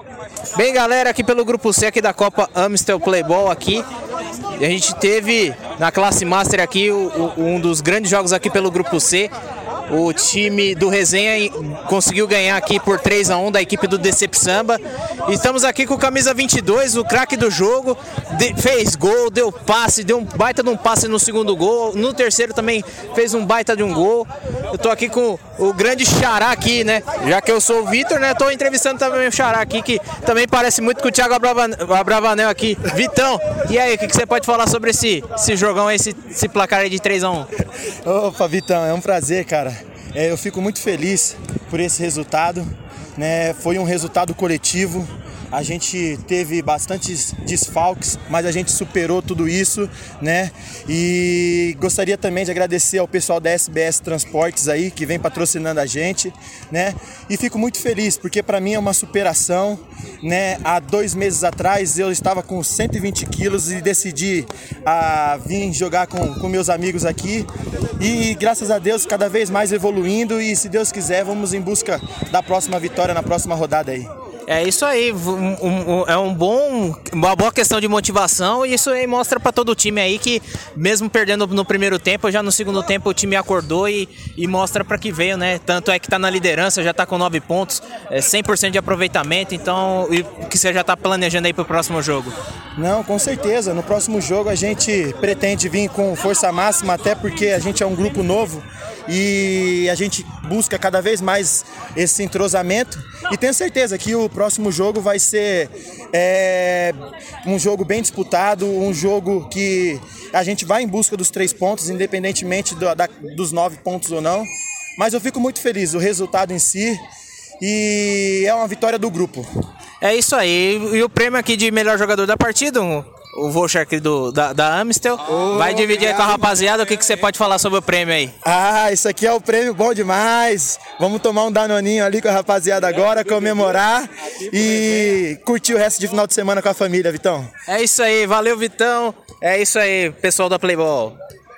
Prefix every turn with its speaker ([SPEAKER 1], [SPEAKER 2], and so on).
[SPEAKER 1] Bem, galera, aqui pelo Grupo C aqui da Copa Amistel Playball aqui. E a gente teve na classe Master aqui um dos grandes jogos aqui pelo Grupo C. O time do Resenha conseguiu ganhar aqui por 3-1 da equipe do Decep Samba. Estamos aqui com o camisa 22, o craque do jogo. Fez gol, deu passe, deu um baita de um passe no segundo gol. No terceiro também fez um baita de um gol. Eu tô aqui com o grande Xará aqui, né? Já que eu sou o Vitor, né? Tô entrevistando também o Xará aqui, que também parece muito com o Thiago Abravanel aqui. Vitão, e aí, o que você pode falar sobre esse jogão aí, esse placar aí de 3-1?
[SPEAKER 2] Opa, Vitão, é um prazer, cara. Eu fico muito feliz por esse resultado, né? Foi um resultado coletivo. A gente teve bastantes desfalques, mas a gente superou tudo isso, né? E gostaria também de agradecer ao pessoal da SBS Transportes aí, que vem patrocinando a gente, né? E fico muito feliz, porque para mim é uma superação, né? Há 2 meses atrás eu estava com 120 quilos e decidi vir jogar com meus amigos aqui. E graças a Deus cada vez mais evoluindo e se Deus quiser vamos em busca da próxima vitória na próxima rodada aí.
[SPEAKER 1] É isso aí, é uma boa questão de motivação e isso aí mostra para todo o time aí que mesmo perdendo no primeiro tempo, já no segundo tempo o time acordou e mostra para que veio, né? Tanto é que tá na liderança, já tá com 9 pontos, 100% de aproveitamento, então e que você já tá planejando aí pro próximo jogo?
[SPEAKER 2] Não, com certeza, no próximo jogo a gente pretende vir com força máxima, até porque a gente é um grupo novo e a gente busca cada vez mais esse entrosamento e tenho certeza que o próximo jogo vai ser um jogo bem disputado, um jogo que a gente vai em busca dos 3 pontos, independentemente dos 9 pontos ou não, mas eu fico muito feliz, o resultado em si, e é uma vitória do grupo.
[SPEAKER 1] É isso aí, e o prêmio aqui de melhor jogador da partida, o voucher aqui da Amistel, vai dividir aí com a rapaziada. O que você pode falar sobre o prêmio aí?
[SPEAKER 2] Isso aqui é o prêmio bom demais. Vamos tomar um danoninho ali com a rapaziada agora, comemorar e curtir o resto de final de semana com a família, Vitão.
[SPEAKER 1] É isso aí, valeu, Vitão. É isso aí, pessoal da Playball.